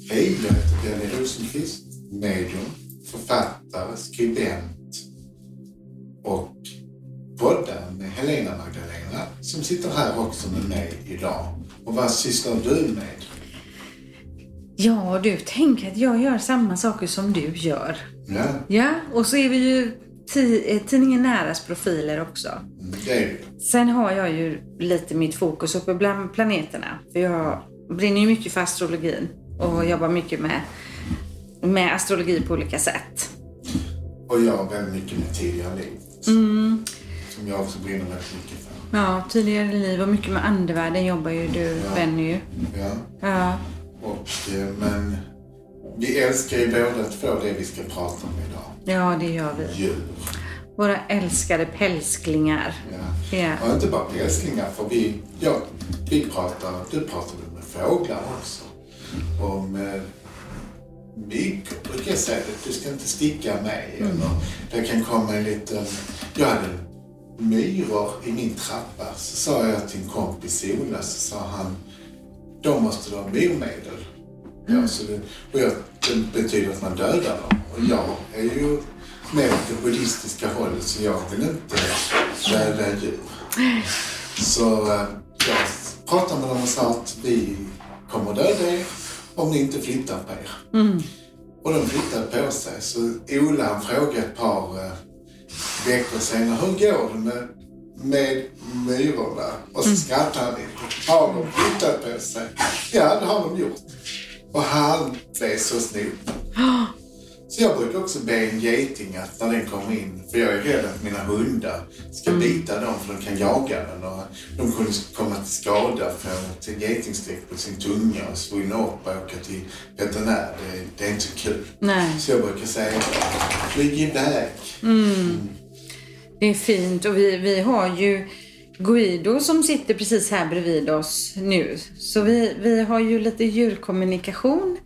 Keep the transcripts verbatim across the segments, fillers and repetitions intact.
Hej, jag heter Benny Rosenqvist, medium, författare, skribent och poddar med Helena Magdalena som sitter här också med mig idag. Och vad sysslar du med? Ja, du tänker att jag gör samma saker som du gör. Ja. Ja, och så är vi ju t- tidningen Näras profiler också. Mm, det är det. Sen har jag ju lite mitt fokus uppe bland planeterna. För jag brinner ju mycket för astrologin och jobbar mycket med, med astrologi på olika sätt. Och jag väldigt mycket med tidigare liv. Mm. Som jag också brinner väldigt mycket för. Ja, tidigare liv och mycket med andevärlden jobbar ju du, Ja. Benny ju. Ja. Ja. Och, eh, men vi älskar ju båda två det vi ska prata om idag. Ja, det gör vi. Djur. Våra älskade pälsklingar. Ja. Ja. Och inte bara pälslingar, för vi, ja, vi pratar, du pratar med fåglar också. Och med myggor brukar jag säga att du ska inte sticka mig. Mm. Eller det kan komma en liten, jag hade myror i min trappa, så sa jag till en kompis Ola, så sa han, då måste du ha myrmedel. Mm. Ja, så det, och jag, det betyder att man dödar dem. Och jag är ju med det buddhistiska hållet, så jag vill inte döda djur. Så äh, jag pratade med dem och sa att vi kommer döda er om ni inte flyttar på er. Mm. Och de flyttade på sig. Så Ola han frågade ett par äh, veckor senare, hur går det med, med myrorna? Och så skrattade han lite. Har de flyttat på sig? Ja, det har de gjort. Och han blev så snott. Så jag brukar också be en geting att när den kommer in, för jag är rädd att mina hundar ska mm. bita dem för de kan jaga den och de kommer komma till skada för ett getingsträck på sin tunga och svinna upp och åka till veterinär. Det, det är inte så kul. Nej. Så jag brukar säga, flyg iväg. Mm. Mm. Det är fint och vi, vi har ju Guido som sitter precis här bredvid oss nu. Så vi, vi har ju lite djurkommunikation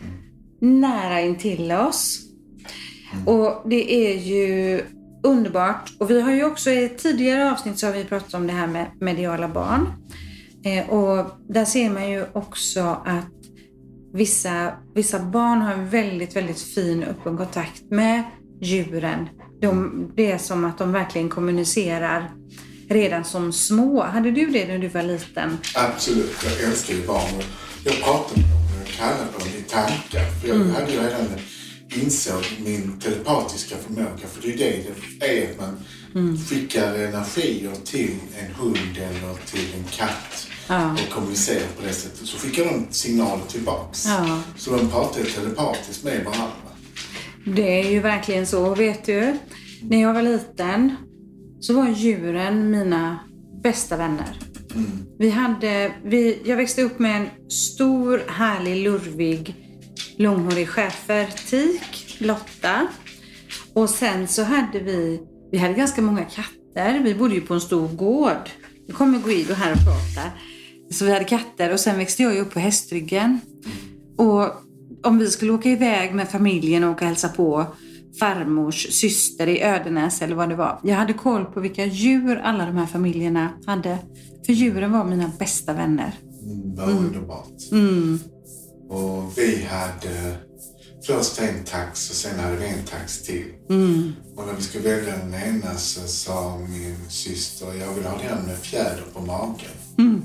nära in till oss. Mm. Och det är ju underbart. Och vi har ju också i ett tidigare avsnitt så har vi pratat om det här med mediala barn. Eh, och där ser man ju också att vissa, vissa barn har en väldigt, väldigt fin öppen kontakt med djuren. De, det är som att de verkligen kommunicerar redan som små. Hade du det när du var liten? Absolut, jag älskar ju barn. Jag pratar med dem, jag kallar dem i tankar. För jag mm. hade ju redan insåg min telepatiska förmåga. För det är det det är att man mm. skickar energier till en hund eller till en katt. Ja. Och kommunicerar på det sättet. Så skickar de signaler tillbaks. Ja. Så de pratar telepatiskt med varandra. Det är ju verkligen så, vet du. När jag var liten så var djuren mina bästa vänner. Mm. Vi hade, vi, jag växte upp med en stor, härlig, lurvig, långhårig schäfer, tik, Lotta. Och sen så hade vi, vi hade ganska många katter. Vi bodde ju på en stor gård. Nu kommer Guido här och pratar. Så vi hade katter och sen växte jag ju upp på hästryggen. Och om vi skulle åka iväg med familjen och åka och hälsa på farmors syster i Ödenäs eller vad det var. Jag hade koll på vilka djur alla de här familjerna hade. För djuren var mina bästa vänner. Mm, det var mm. underbart. Mm. Och vi hade först en tax och sen hade vi en tax till. Mm. Och när vi skulle välja den ena så sa min syster, jag vill ha den med fjäder på magen. Mm.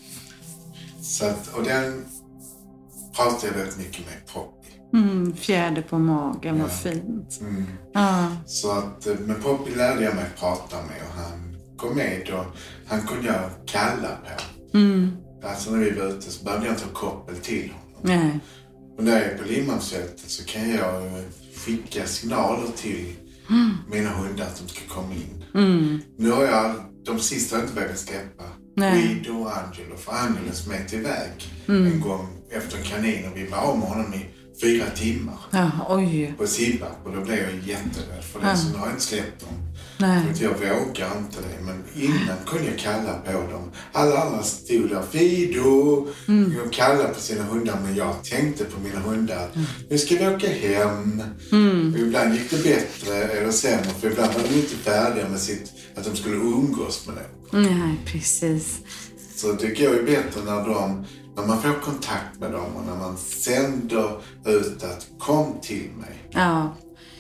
Så att, och den pratade jag väldigt mycket med Poppy. Mm, fjäder på magen, ja. Vad fint. Mm. Ah. Så att, men Poppy lärde jag mig prata med och han kom med och han kunde jag kalla på. Mm. Alltså när vi var ute så behövde jag inte ha koppel till honom. Nej. Och när jag är på Limhamnsfältet så kan jag skicka signaler till mm. mina hundar att de ska komma in. Mm. Nu har jag, de sista har inte velat släppa. Guido och Angelo, för Angelo som är tillväg mm. en gång efter en kanin och vi var om honom i fyra timmar. Ja, oj. På Sibak och då blev jag jätterädd för det ja. Så nu har jag inte släppt dem. Nej. För jag vågar inte det, men innan kunde jag kalla på dem. Alla andra stod där, Fido, mm. och kallade på sina hundar, men jag tänkte på mina hundar. Mm. Nu ska vi åka hem. Mm. Och ibland gick det bättre eller sämre, för ibland var de inte färdiga med sitt, att de skulle umgås med det. Nej, precis. bättre, det går ju bättre när, de, när man får kontakt med dem och när man sänder ut att kom till mig. Ja,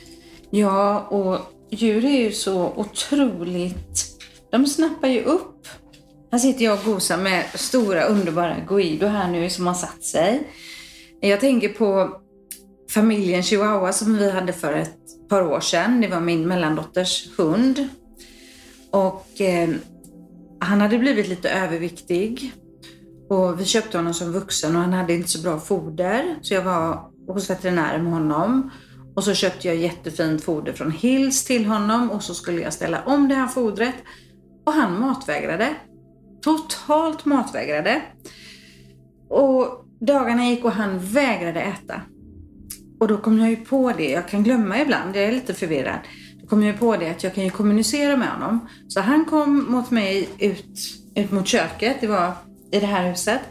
ja och djur är ju så otroligt, de snappar ju upp. Här sitter jag och gosar med stora underbara Guido här nu som har satt sig. Jag tänker på familjen Chihuahua som vi hade för ett par år sedan. Det var min mellandotters hund. Och eh, han hade blivit lite överviktig. Och vi köpte honom som vuxen och han hade inte så bra foder. Så jag var hos veterinären med honom. Och så köpte jag jättefint foder från Hills till honom. Och så skulle jag ställa om det här fodret. Och han matvägrade. Totalt matvägrade. Och dagarna gick och han vägrade äta. Och då kom jag ju på det. Jag kan glömma ibland, jag är lite förvirrad. Då kom jag på det att jag kan ju kommunicera med honom. Så han kom mot mig ut, ut mot köket. Det var i det här huset.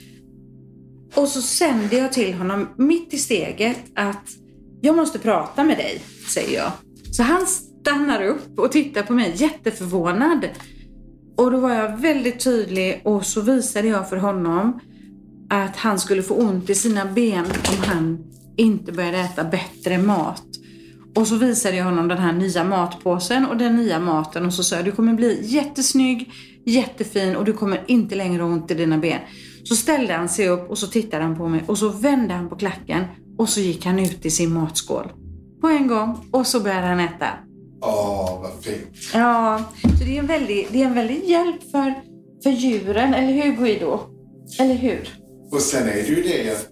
Och så sände jag till honom mitt i steget att jag måste prata med dig, säger jag. Så han stannar upp och tittar på mig jätteförvånad. Och då var jag väldigt tydlig och så visade jag för honom att han skulle få ont i sina ben om han inte började äta bättre mat. Och så visade jag honom den här nya matpåsen och den nya maten och så sa jag, du kommer bli jättesnygg, jättefin och du kommer inte längre ont i dina ben. Så ställde han sig upp och så tittade han på mig och så vände han på klacken och så gick han ut i sin matskål på en gång och så började han äta. Åh, vad fint. Ja, så det är en väldig, det är en väldig hjälp för, för djuren, eller hur Guido? Eller hur? Och sen är det ju det att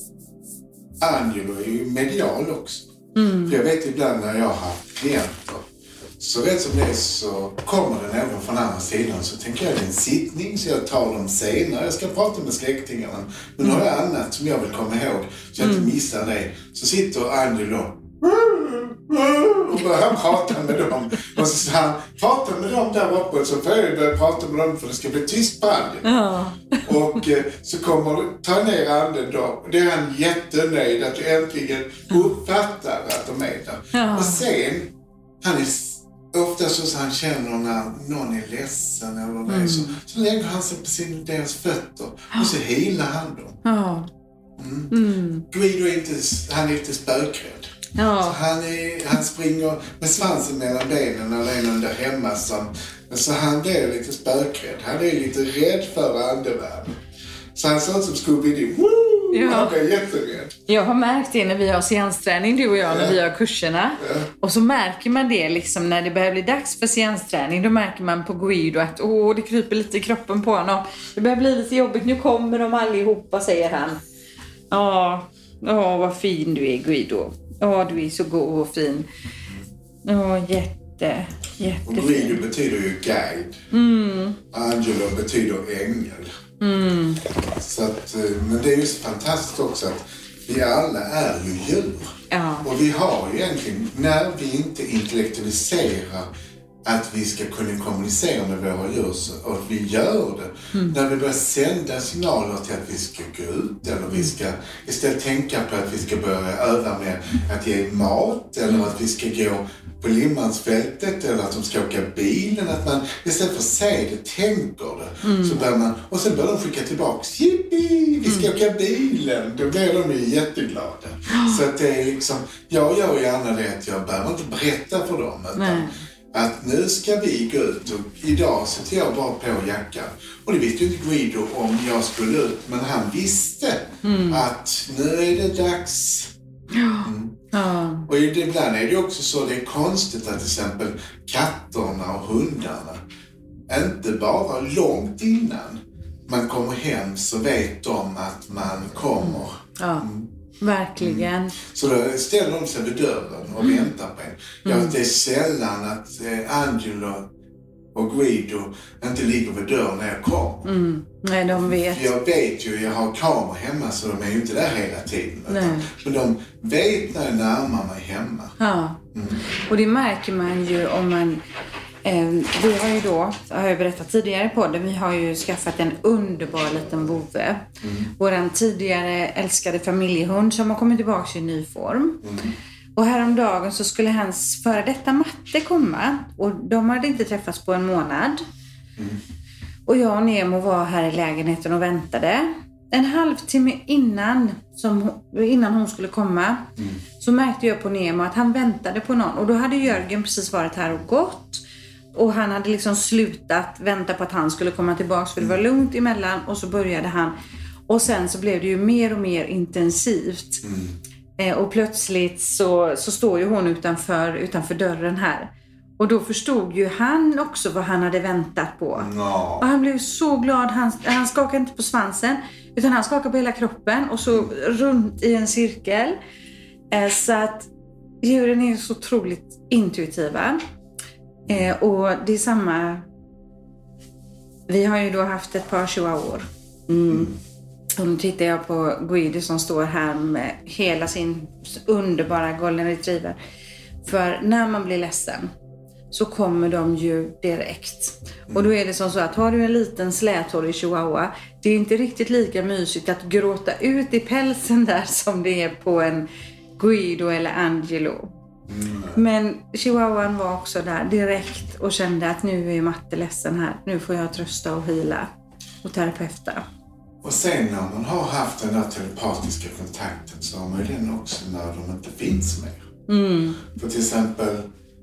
Angelo är ju medial också. Mm. För jag vet ibland när jag har haft klienter så rätt som det så kommer det någon från andra sidan så tänker jag det är en sittning så jag tar dem senare. Jag ska prata med släktingarna. Men nu har jag annat som jag vill komma ihåg så jag inte missar det. Så sitter Angelo och börjar prata med dem. Och så han pratar med dem där uppe så får jag börja prata med dem för det ska bli tyst på anden. Ja. Och eh, så kommer ta ner anden då. Det är han jättenöjd att du äntligen uppfattar att de är där. Ja. Och sen, han är ofta så att han känner när någon är ledsen eller det, mm. så, så lägger han sig på sin, deras fötter och så helar han dem. Ja. Mm. Mm. Guido är inte, han är inte spökrädd. Ja. Så han, är, han springer med svansen mellan benen när det är någon där hemma som, så han är lite spökrädd. Han är lite rädd för andevärlden. Så han såg som Scooby-Doo. Ja. Han är jätterädd. Jag har märkt det när vi har seansträning, du och jag, när ja. vi har kurserna. Ja. Och så märker man det liksom när det börjar bli dags för seansträning. Då märker man på Guido att åh, det kryper lite i kroppen på honom. Det börjar bli lite jobbigt. Nu kommer de allihopa, säger han. Ja, åh, vad fin du är, Guido. Ja, du är så god och fin. Ja, jätte, jättefin. Och Guido betyder ju guide. Mm. Angelo betyder ängel. Mm. Så att, men det är ju så fantastiskt också att vi alla är ju djur. Ja. Och vi har ju egentligen, när vi inte intellektualiserar att vi ska kunna kommunicera med våra djur och att vi gör det. Mm. När vi börjar sända signaler till att vi ska gå ut eller mm. vi ska istället tänka på att vi ska börja öva med att ge mat eller mm. att vi ska gå på Limmansfältet eller att de ska åka bilen. Att man istället för att säga det, tänker det. Mm. Så börjar man, och sen börjar de skicka tillbaks. Jippi, vi ska mm. åka bilen. Då blir de ju jätteglada. Oh. Så att det är liksom, jag gör gärna det att jag behöver inte berätta för dem. Utan nej. Att nu ska vi gå ut och idag sätter jag bara på jackan. Och det visste ju inte Guido om jag skulle ut. Men han visste mm. att nu är det dags. Mm. Ja. Och ibland är det också så, det är konstigt att till exempel katterna och hundarna inte bara långt innan man kommer hem så vet de att man kommer. Ja. Mm. Verkligen. Mm. Så då ställer de sig vid dörren och mm. väntar på en. Ja, mm. det är sällan att eh, Angelo och Guido inte ligger vid dörren när jag kommer. Mm. Nej, de vet. För jag vet ju, jag har kameror hemma så de är ju inte där hela tiden. Nej. Men de vet när jag närmar mig hemma. Ja, mm. och det märker man ju om man... Eh, vi har ju då, har jag berättat tidigare på det, vi har ju skaffat en underbar liten vovve. Mm. Våran tidigare älskade familjehund som har kommit tillbaka i ny form. Mm. Och häromdagen så skulle hans före detta matte komma. Och de hade inte träffats på en månad. Mm. Och jag och Nemo var här i lägenheten och väntade. En halvtimme innan, som, innan hon skulle komma mm. så märkte jag på Nemo att han väntade på någon. Och då hade Jörgen precis varit här och gått. Och han hade liksom slutat vänta på att han skulle komma tillbaka. För det var lugnt emellan och så började han. Och sen så blev det ju mer och mer intensivt. Mm. Eh, och plötsligt så, så står ju hon utanför, utanför dörren här. Och då förstod ju han också vad han hade väntat på. No. Och han blev så glad. Han, han skakade inte på svansen. Utan han skakade på hela kroppen. Och så runt i en cirkel. Eh, så att djuren är så otroligt intuitiva. Eh, och det är samma. Vi har ju då haft ett par chihuahuor. Mm. Och nu tittar jag på Guido som står här med hela sin underbara golden retriever. För när man blir ledsen så kommer de ju direkt. Mm. Och då är det som så att har du en liten släthårig chihuahua, det är inte riktigt lika mysigt att gråta ut i pälsen där som det är på en Guido eller Angelo. Mm. Men chihuahuan var också där direkt och kände att nu är Matte ledsen här. Nu får jag trösta och hila och terapeuta. Och sen när man har haft den här telepatiska kontakten så har man ju den också när de inte finns mer. Mm. För till exempel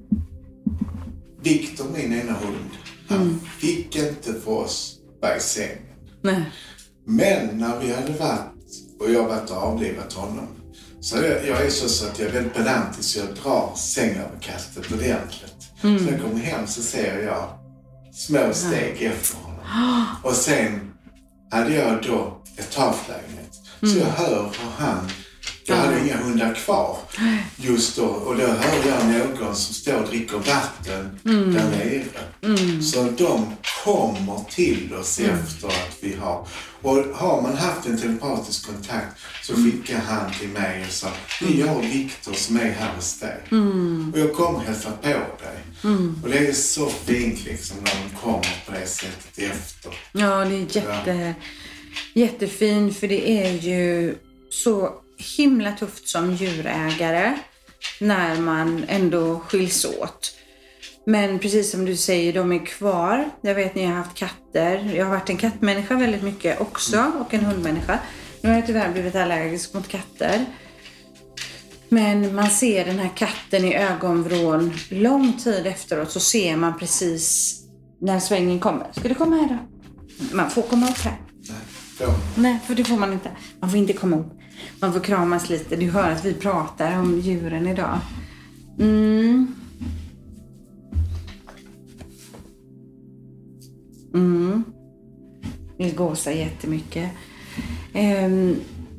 Victor, min ena hund, han mm. fick inte för oss bär i sängen. Nej. Men när vi hade varit och jag varit och avlivat honom så jag, jag är så, så att jag är väldigt pedantisk så jag drar sängöverkastet ordentligt. Mm. Så när jag kommer hem så ser jag små steg mm. efter honom. Och sen hade jag då ett taklägenhet. Mm. Så jag hör hur han, jag hade inga hundar kvar just då. Och då hör jag någon som står och dricker vatten mm. där nere. Mm. Så de kommer till oss mm. efter att vi har. Och har man haft en telepatisk kontakt så skickar han till mig och sa det är jag och Victor som är här hos dig. Mm. Och jag kommer hälsa på dig. Mm. Och det är så fint liksom när de kommer på det sättet efter. Ja, det är jätte, ja. jättefint för det är ju så himla tufft som djurägare när man ändå skiljs åt. Men precis som du säger, de är kvar. Jag vet ni har haft katter. Jag har varit en kattmänniska väldigt mycket också och en hundmänniska. Nu har jag tyvärr blivit allergisk mot katter. Men man ser den här katten i ögonvrån lång tid efteråt så ser man precis när svängen kommer. Ska du komma här då? Man får komma upp här. Nej, ja. Nej, för det får man inte. Man får inte komma upp. Man får kramas lite. Du hör att vi pratar om djuren idag. Mm. Mm. Vi gåsar jättemycket. Um.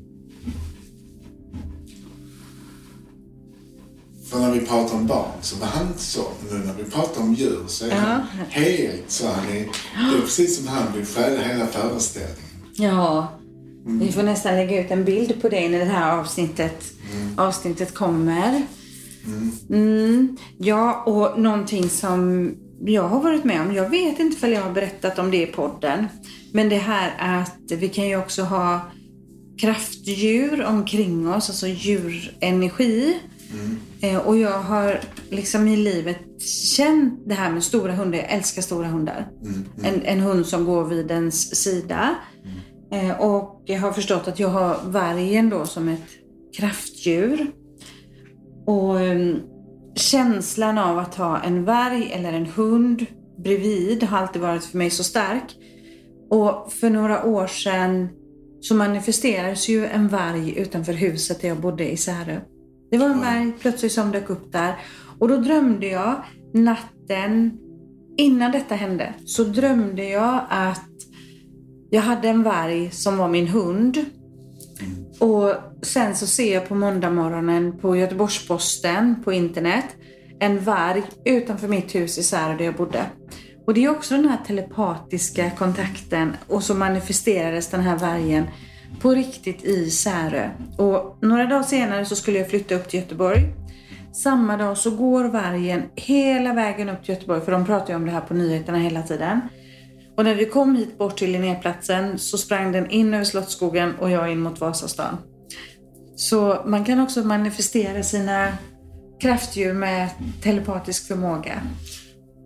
För när vi pratar om barn så var han inte så. Men när vi pratar om djur så är ja. han helt så. Han är, det är precis som han vill själv hela föreställningen. Ja. Mm. Vi får nästan lägga ut en bild på dig när det här avsnittet, mm. avsnittet kommer. Mm. Mm. Ja, och någonting som jag har varit med om. Jag vet inte för jag har berättat om det i podden. Men det här att vi kan ju också ha kraftdjur omkring oss. Alltså djurenergi. Mm. Eh, och jag har liksom i livet känt det här med stora hundar. Jag älskar stora hundar. Mm. Mm. En, en hund som går vid ens sida. Mm. Eh, och jag har förstått att jag har vargen då som ett kraftdjur. Och eh, känslan av att ha en varg eller en hund bredvid har alltid varit för mig så stark. Och för några år sedan så manifesterades ju en varg utanför huset där jag bodde i Särö. Det var en varg plötsligt som dök upp där. Och då drömde jag natten innan detta hände. Så drömde jag att jag hade en varg som var min hund. Och sen så ser jag på måndag morgonen på Göteborgs-Posten på internet en varg utanför mitt hus i Särö där jag bodde. Och det är också den här telepatiska kontakten. Och så manifesterades den här vargen på riktigt i Särö. Och några dagar senare så skulle jag flytta upp till Göteborg. Samma dag så går vargen hela vägen upp till Göteborg. För de pratar ju om det här på nyheterna hela tiden. Och när vi kom hit bort till Linnéplatsen så sprang den in över Slottsskogen och jag in mot Vasastan. Så man kan också manifestera sina kraftdjur med telepatisk förmåga.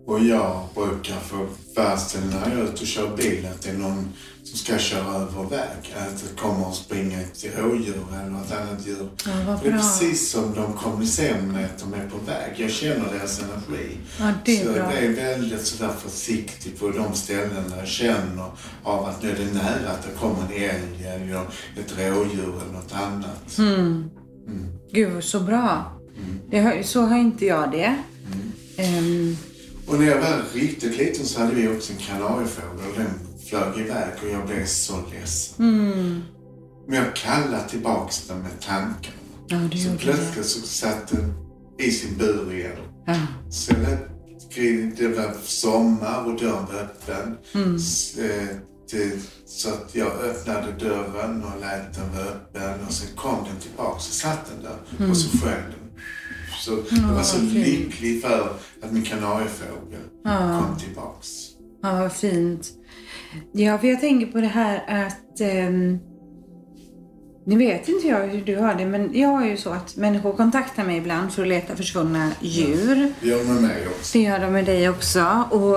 Och jag brukar få varsel när jag är ute och kör bil att det är någon som ska köra över väg. Att det kommer att springa ett rådjur eller något annat djur. Ja, vad det är bra. precis som de kommunicerar med att de är på väg. Jag känner deras energi. Ja, det är så bra. det är väldigt sådär försiktigt på de ställen där jag känner av att nu är det nära att det kommer en älg eller ett rådjur eller något annat. Mm. Mm. Gud, så bra. Mm. Det har, så har inte jag det. Mm. Um, Och när jag var riktigt liten så hade vi också en kanariefågel och den flög iväg och jag blev så ledsen. mm. Men jag kallade tillbaks den med tanken. Ja, det Så gjorde plötsligt det. så satt den i sin bur igen. Ja. Så det var sommar och dörren var öppen. Mm. Så, eh, det, så att jag öppnade dörren och lät den vara öppen. Och sen kom den tillbaka och satt den där. Mm. Och så sjöng den. Så Ja, jag var så fint. lycklig för att min kanariefågel Ja. kom tillbaks. Ja, vad fint. Ja, för jag tänker på det här att... ehm, nu vet inte jag hur du har det, men jag har ju så att människor kontaktar mig ibland för att leta försvunna djur. Det gör med mig också. Det gör de med dig också. Och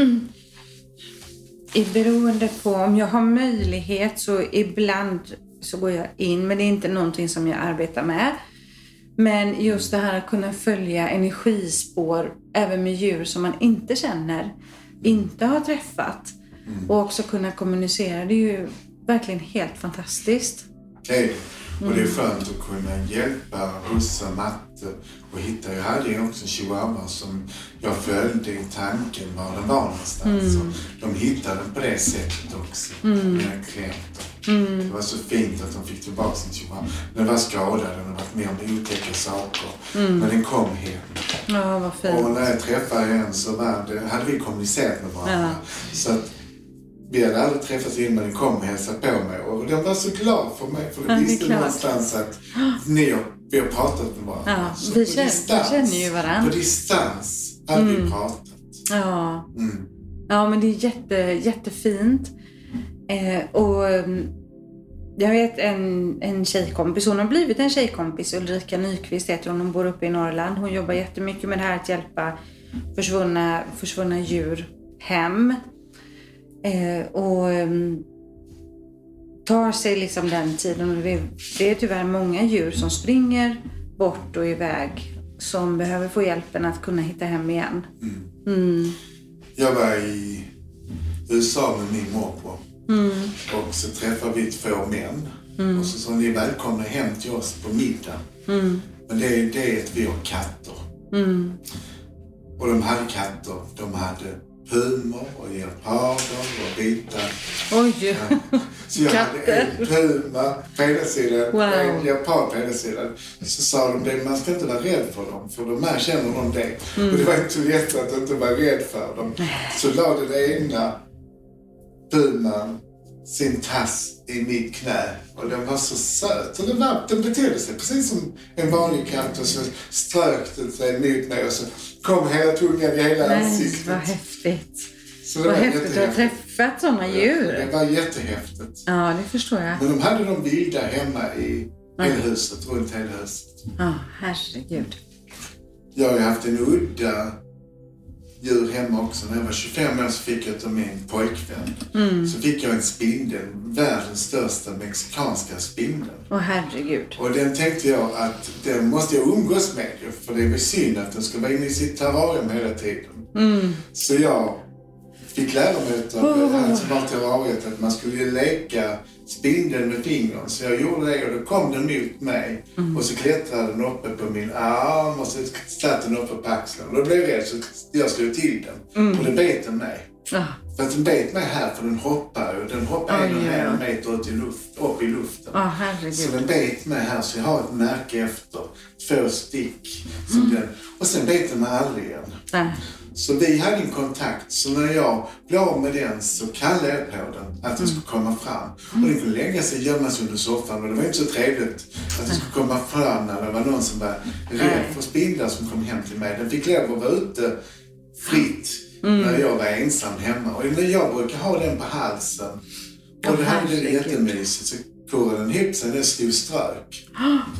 i beroende på om jag har möjlighet så ibland så går jag in. Men det är inte någonting som jag arbetar med. Men just det här att kunna följa energispår även med djur som man inte känner, inte har träffat. Mm. Och också kunna kommunicera, det är ju verkligen helt fantastiskt. Det är det. Och det är skönt att kunna hjälpa Rossa, Matte och hitta. Jag hade ju också en chihuahua som jag följde i tanken var den var någonstans. Mm. De hittade den på det sättet också. Mm. Mina klienter. Mm. Det var så fint att de fick tillbaka sin chihuahua. Den var skadad, den har varit med om otäcka saker. Mm. Men den kom hem. Ja, vad fint. Och när jag träffade henne så var det, hade vi kommunicerat med varandra. Ja. Så att vi hade aldrig träffats in, men den kom och hälsade på mig. Och den var så glad för mig. För Ja, det det är visste klart. någonstans att ni har, vi har pratat med varandra. Ja, Så vi på känner- distans- vi känner ju varandra. På distans hade Mm. vi pratat. Ja. Mm. Ja, men det är jätte, jättefint. Eh, och mm, jag vet en, en tjejkompis, hon har blivit en tjejkompis, Ulrika Nyqvist heter hon, hon bor uppe i Norrland. Hon jobbar jättemycket med det här att hjälpa försvunna, försvunna djur hem. Eh, och mm, tar sig liksom den tiden. Och det, det är tyvärr många djur som springer bort och iväg som behöver få hjälpen att kunna hitta hem igen. Mm. Mm. Jag var i U S A med min morbror. Mm. Och så träffade vi två män. Mm. Och så sa ni är välkomna hem till oss på middag. Mm. Men det är det att vi har katter. Mm. Och de hade katter. De hade pumor och geparder och bitar. Oj! Ja. Så jag Katter. hade en puma på ena sidan Wow. och en gepard på ena sidan. Så sa de det, man ska inte vara rädd för dem. För de här känner de det. Mm. Och det var inte så lätt att inte vara rädd för dem. Så lade den ena puman sin tass i mitt knä. Och den var så söt. Och den, var, den betedde sig precis som en vanlig katt. Och så strök den sig mot mig. Och så kom hela tungan i hela Nej, ansiktet. vad häftigt. Så det Vad var häftigt att ha jättehäftigt. träffat sådana djur. Det var jättehäftigt. Ja, det förstår jag. Men de hade de vilda hemma i hela huset, runt hela huset. Ja, herregud. Jag har ju haft en udda djur hemma också. När jag var tjugofem år så fick jag av min pojkvän. Mm. Så fick jag en spindel, världens största mexikanska spindel. Åh, herregud. Och den tänkte jag att den måste jag umgås med. För det är väl synd att den ska vara inne i sitt terrarium hela tiden. Mm. Så jag fick lära mig av Oh. han som var terrariet att man skulle leka spindeln med fingern. Så jag gjorde det och då kom den mot mig. Mm. Och så klättrade den uppe på min arm och så satt den uppe på axeln. Och då blev jag rädd så jag slog till den. Mm. Och det bet den mig. Ja. För att den bet mig här för den hoppar och den hoppar Oj, en och en ja. halv meter ut i luft, upp i luften. Åh, Så herregud. den bet mig här så jag har ett märke efter. Två stick. Som Mm. den, och sen bet den mig aldrig igen. Nej. Så vi hade en kontakt, så när jag blev av med den så kallade jag på den att den skulle komma fram. Och den kunde lägga sig och gömma sig under soffan och det var inte så trevligt att den skulle komma fram när det var någon som var rädd för spindlar som kom hem till mig. Den fick lov att vara ute fritt Mm. när jag var ensam hemma. Och när jag brukar ha den på halsen och Åh, det hade det herregud. jättemysigt så kurade den ihop sig, den stod strök. Ja,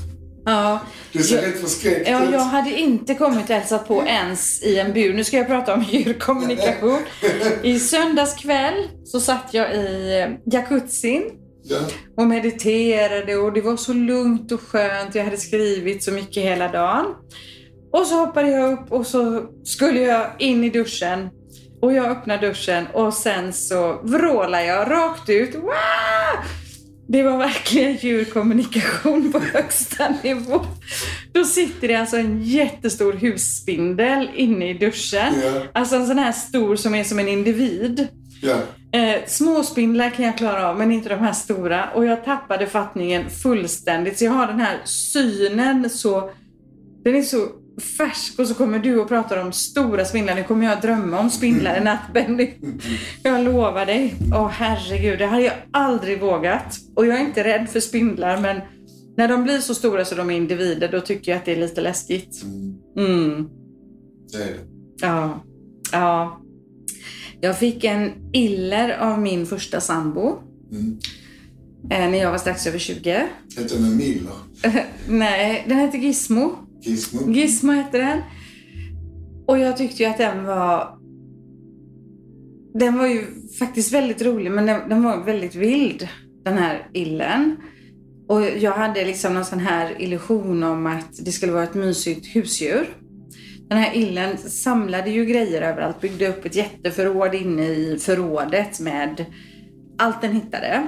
Ja. Du ser jag, rätt förskräckt ja, ut. jag hade inte kommit och hälsat på ens i en bur. Nu ska jag prata om djurkommunikation. I söndags kväll så satt jag i jacuzzin Ja. och mediterade och det var så lugnt och skönt. Jag hade skrivit så mycket hela dagen. Och så hoppade jag upp och så skulle jag in i duschen. Och jag öppnade duschen och sen så vrålade jag rakt ut. Wow! Det var verkligen djurkommunikation på högsta nivå. Då sitter det alltså en jättestor husspindel inne i duschen. Ja. Alltså en sån här stor som är som en individ. Ja. Eh, små spindlar kan jag klara av, men inte de här stora. Och jag tappade fattningen fullständigt. Så jag har den här synen så... Den är så färsk och så kommer du och pratar om stora spindlar. Nu kommer jag drömma om spindlar i natt, Benny. Jag lovar dig. Åh herregud, det hade jag aldrig vågat. Och jag är inte rädd för spindlar, men när de blir så stora så de är individer, då tycker jag att det är lite läskigt. Mm. Det är det. Ja. Ja. Jag fick en iller av min första sambo. Mm. Eh, när jag var strax över tjugo. Heter den Miller? Nej, den heter Gizmo. Gizmo? Gizmo heter den. Och jag tyckte ju att den var... Den var ju faktiskt väldigt rolig, men den, den var väldigt vild, den här illen. Och jag hade liksom någon sån här illusion om att det skulle vara ett mysigt husdjur. Den här illen samlade ju grejer överallt, byggde upp ett jätteförråd inne i förrådet med allt den hittade.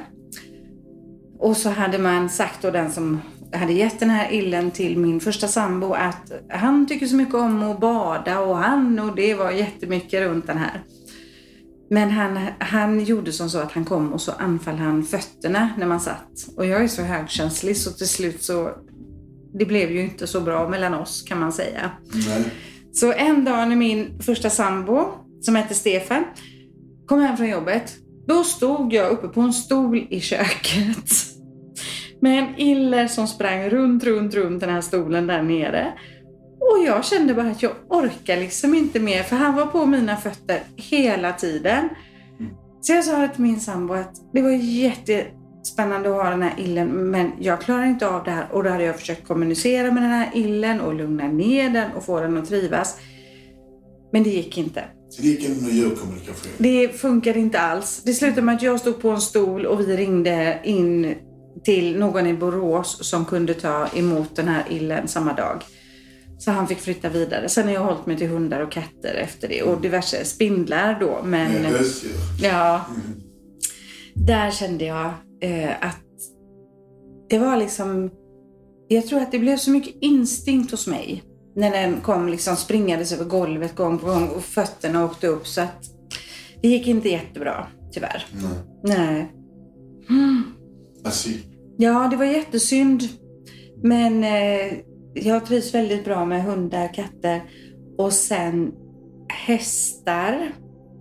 Och så hade man sagt då, den som hade gett den här illen till min första sambo, att han tycker så mycket om att bada och han, och det var jättemycket runt den här. Men han, han gjorde som så att han kom och så anfall han fötterna när man satt. Och jag är så högkänslig så till slut så, det blev ju inte så bra mellan oss kan man säga. Nej. Så en dag när min första sambo, som heter Stefan, kom hem från jobbet, då stod jag uppe på en stol i köket med en iller som sprang runt, runt, runt den här stolen där nere. Och jag kände bara att jag orkar liksom inte mer, för han var på mina fötter hela tiden. Så jag sa till min sambo att det var jättespännande att ha den här illen, men jag klarar inte av det här. Och då hade jag försökt kommunicera med den här illen och lugna ner den och få den att trivas. Men det gick inte. Så det gick inte med djurkommunikation? Det funkade inte alls. Det slutade med att jag stod på en stol och vi ringde in till någon i Borås som kunde ta emot den här illen samma dag. Så han fick flytta vidare. Sen har jag hållit mig till hundar och katter efter det. Och diverse spindlar då. Men, med husdjur? Ja. Mm. Där kände jag eh, att det var liksom... Jag tror att det blev så mycket instinkt hos mig. När den kom liksom springades över golvet gång på gång. Och fötterna åkte upp. Så att det gick inte jättebra, tyvärr. Nej. Nej. Mm. Vad synd. Ja, det var jättesynd. Men... Eh, jag trivs väldigt bra med hundar, katter och sen hästar.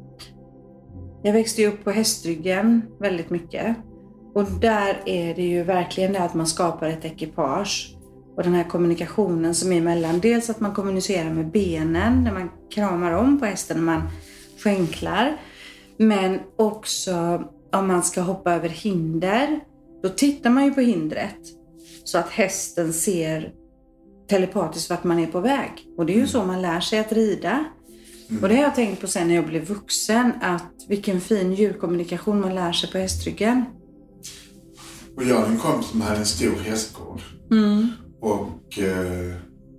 Jag växte ju upp på hästryggen väldigt mycket. Och där är det ju verkligen det att man skapar ett ekipage. Och den här kommunikationen som är mellan. Dels att man kommunicerar med benen när man kramar om på hästen när man skänklar. Men också om man ska hoppa över hinder. Då tittar man ju på hindret. Så att hästen ser telepatiskt vart man är på väg. Och det är ju så man lär sig att rida. Mm. Och det har jag tänkt på sen när jag blev vuxen. Att vilken fin djurkommunikation man lär sig på hästryggen. Och jag hade en kompis som hade en stor hästgård. Mm. Och eh,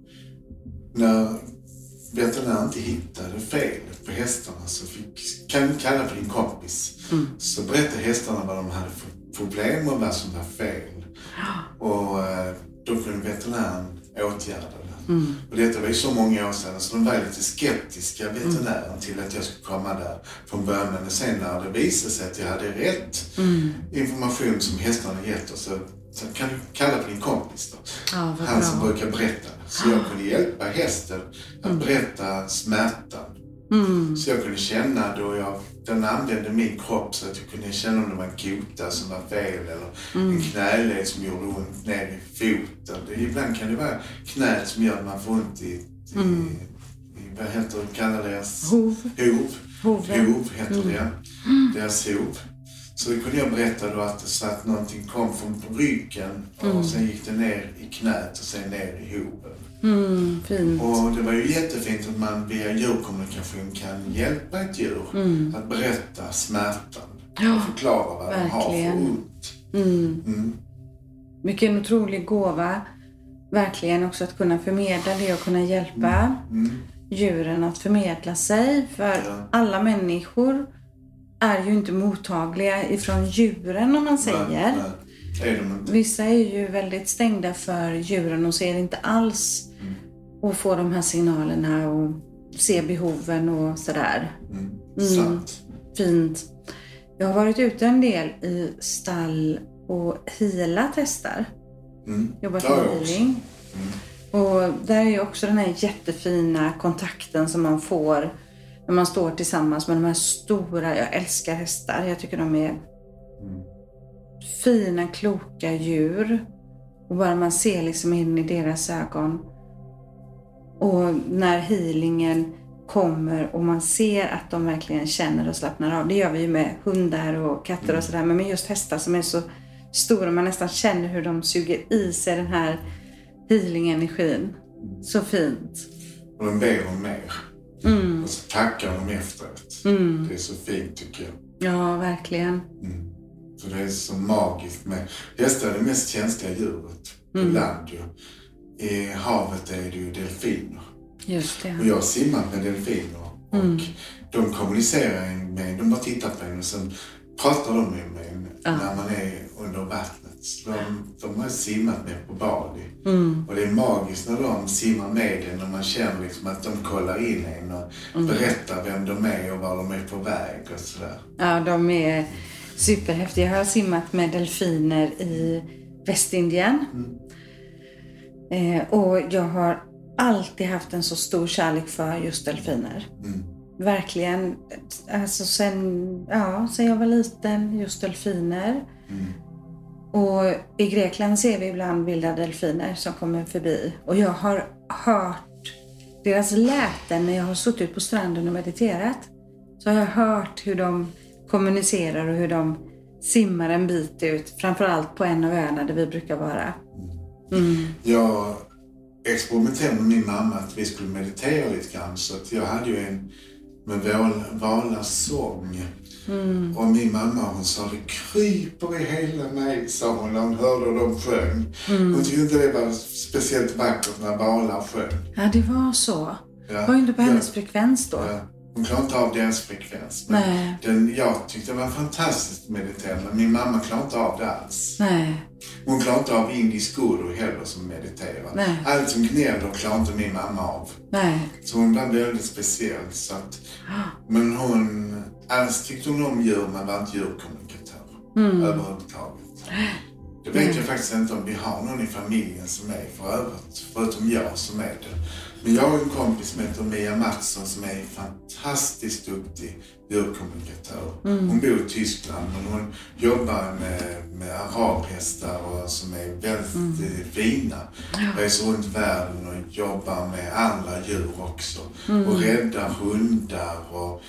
när veterinären inte hittade fel på hästarna så fick, kan du kalla för din kompis. Mm. Så berättade hästarna vad de hade för problem och vad som var fel. Och eh, då kunde veterinären åtgärda det. Mm. Och detta var ju så många år sedan så de var lite skeptiska, veterinären, mm. till att jag skulle komma där från början. Men sen när det visade sig att jag hade rätt mm. information som hästarna gett oss, så, så kan du kalla på din kompis då. Ja, han som brukar berätta. Så jag kunde hjälpa hästen att mm. berätta smärtan. Mm. Så jag kunde känna då jag, den använde min kropp så att jag kunde känna om det var en kota som var fel eller mm. en knäled som gjorde ont ner i foten. Det, ibland kan det vara knät som gör att man får ont i, i, mm. i vad heter det, kallar deras hov. Hov. Hoven. Hov heter mm. det. Mm. Deras hov. Så kunde jag berätta då att det satt någonting kom från ryggen och mm. sen gick det ner i knät och sen ner i hoven. Mm, fint. Och det var ju jättefint att man via djurkommunikation kan hjälpa ett djur mm. att berätta smärtan ja, och förklara vad verkligen. De har för ont. Mm. Mm. Vilken otrolig gåva. Verkligen också att kunna förmedla det och kunna hjälpa mm. Mm. djuren att förmedla sig. För ja. alla människor är ju inte mottagliga ifrån djuren om man säger. Nej, nej. Är de inte. Vissa är ju väldigt stängda för djuren och ser inte alls mm. och får de här signalerna och ser behoven och sådär. Mm. Mm. Sant. Fint. Jag har varit ute en del i stall och healat hästar. Mm. Jobbat med healing. Mm. Och där är ju också den här jättefina kontakten som man får när man står tillsammans med de här stora, jag älskar hästar. Jag tycker de är mm. fina, kloka djur. Och bara man ser liksom in i deras ögon. Och när healingen kommer och man ser att de verkligen känner och slappnar av. Det gör vi ju med hundar och katter mm. och sådär. Men med just hästar som är så stora, man nästan känner hur de suger i sig den här healing-energin. Så fint. Och de ber om mer. Mm. Och så tackar de efteråt. Mm. Det är så fint tycker jag. Ja, verkligen. Mm. Så det är så magiskt med... Hästar är det mest känsliga djuret på mm. land ju. I havet är det ju delfiner. Just det. Och jag har simmat med delfiner. Mm. Och de kommunicerar med de bara tittar på en och sen pratar de med mig ja. när man är under vattnet. De, de har simmat med på Bali. Mm. Och det är magiskt när de simmar med en och man känner liksom att de kollar in en och mm. berättar vem de är och var de är på väg och sådär. Ja, de är superhäftiga. Jag har simmat med delfiner i Västindien. Mm. Eh, och jag har alltid haft en så stor kärlek för just delfiner. Mm. Verkligen, alltså sen, ja, sen jag var liten, just delfiner. Mm. Och i Grekland ser vi ibland vilda delfiner som kommer förbi. Och jag har hört deras läten när jag har suttit på stranden och mediterat. Så har jag hört hur de kommunicerar och hur de simmar en bit ut. Framförallt på en av öarna där vi brukar vara. Mm. Jag experimenterade med min mamma att vi skulle meditera lite grann. Så att jag hade ju en med Valas sång. Mm. Och min mamma hon sa det kryper i hela mig, sa hon när hon hörde dem sjöng. Mm. Hon tyckte inte det var speciellt vackert när Vala sjöng. Ja, det var så. Ja. Var inte på hennes ja. frekvens då? Ja. Hon klarade inte av deras frekvens. Men Nej. Den, jag tyckte det var fantastiskt mediterande. Min mamma klarade inte av det alls. Nej. Hon klarade inte av indisk guru heller som mediterar. Nej. Allt som gnäller klarade inte min mamma av. Nej. Så hon var väldigt speciell. Så att, men hon... Alls tyckte hon om djur men var inte djurkommunikatör. Mm. Överhuvudtaget. Det vet mm. jag faktiskt inte om vi har någon i familjen som är för övrigt. Förutom jag som är det. Men jag har en kompis som heter Mia Mattsson som är fantastiskt duktig djurkommunikatör. Mm. Hon bor i Tyskland men hon jobbar med, med arabhästar och, som är väldigt mm. fina. Ja. Reser runt världen och jobbar med andra djur också. Mm. Och räddar hundar och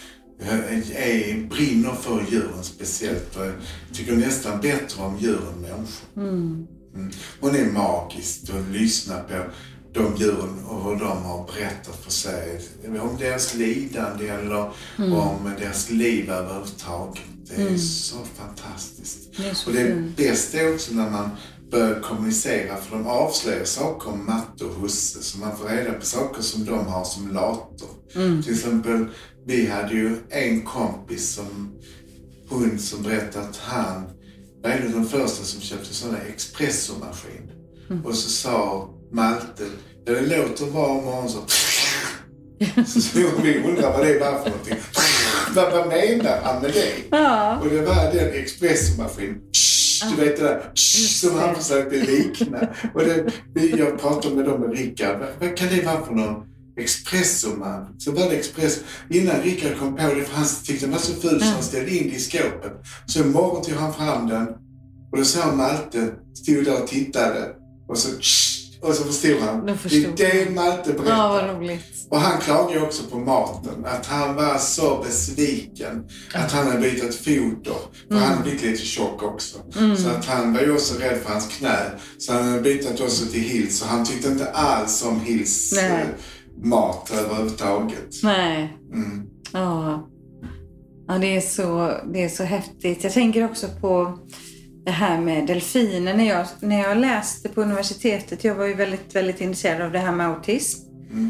är, brinner för djuren speciellt. Och tycker nästan bättre om djuren än människor. Mm. Mm. Hon är magisk och lyssnar på de djuren och hur de har berättat för sig om deras lidande eller mm. om deras liv överhuvudtaget. Det är mm. så fantastiskt. Det är så och det fint. Bästa är också när man börjar kommunicera, för de avslöjar saker om matte och husse så man får reda på saker som de har som lator. Mm. Till exempel, vi hade ju en kompis som hon som berättade att han var en av de första som köpte sådana espressomaskin. Mm. Och så sa Malte, där det låter var morgon så så, så vi undrar vad det var för någonting. vad, vad menar han med det? Ja. Och det var den espressomaskin. Du vet det där som han försökte likna. Och det, jag pratade med dem med Rickard. Vad, vad kan det vara för någon espressoman? Så var det espresso. Innan Rickard kom på det, för han tyckte den var så ful så han ställde in det i skåpet. Så imorgon tog han fram den. Och då sa Malte, stod där och tittade. Och så Och så förstod han. Då förstod det är det Malte berättar. Ja, vad roligt. Och han klagar också på maten. Att han var så besviken. Att han hade bytt foder. För mm. han hade blivit lite tjock också. Mm. Så att han var ju också rädd för hans knä. Så han hade bytt också till Hills. Så han tyckte inte alls om Hills eh, mat överhuvudtaget. Nej. Mm. Ja. Ja, det är så, det är så häftigt. Jag tänker också på det här med delfiner. När jag, när jag läste på universitetet, jag var ju väldigt, väldigt intresserad av det här med autism. Mm.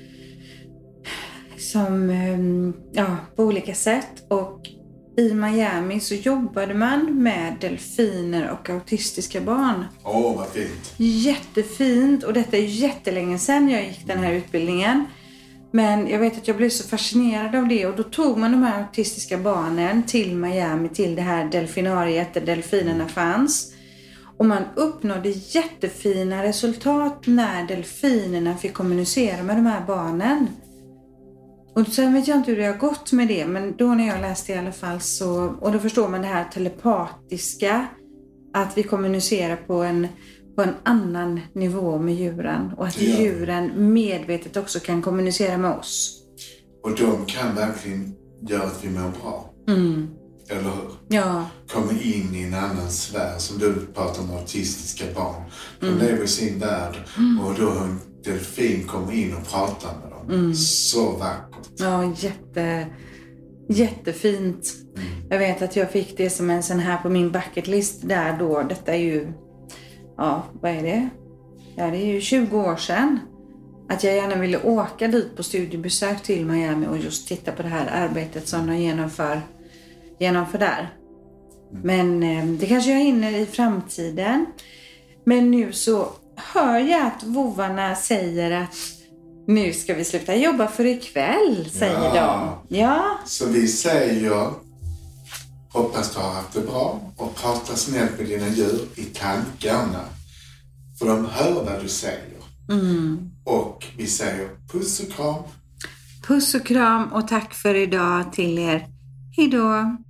Som, ja, på olika sätt. Och i Miami så jobbade man med delfiner och autistiska barn. Åh, oh, vad fint. Jättefint. Och detta är jättelänge sedan jag gick den här utbildningen. Men jag vet att jag blev så fascinerad av det. Och då tog man de här autistiska barnen till Miami, till det här delfinariet där delfinerna fanns. Och man uppnådde jättefina resultat när delfinerna fick kommunicera med de här barnen. Och sen vet jag inte hur det har gått med det. Men då när jag läste i alla fall så... Och då förstår man det här telepatiska. Att vi kommunicerar på en... på en annan nivå med djuren. Och att ja. djuren medvetet också kan kommunicera med oss. Och de kan verkligen göra att vi mår bra. Mm. Eller hur? Ja. Kommer in i en annan sfär. Som du pratar om autistiska barn. De mm. lever i sin värld. Mm. Och då en delfin kommer in och pratar med dem. Mm. Så vackert. Ja, jätte, jättefint. Mm. Jag vet att jag fick det som en sån här på min bucketlist där då. Detta är ju... Ja, vad är det? Ja, det är ju tjugo år sedan. Att jag gärna ville åka dit på studiebesök till Miami och just titta på det här arbetet som de genomför, genomför där. Men eh, det kanske jag hinner i framtiden. Men nu så hör jag att vovarna säger att nu ska vi sluta jobba för ikväll, säger ja. de. Ja. Så vi säger... Hoppas du har haft det bra och prata snällt med dina djur i tankarna. För de hör vad du säger. Mm. Och vi säger puss och kram. Puss och kram och tack för idag till er. Hej då.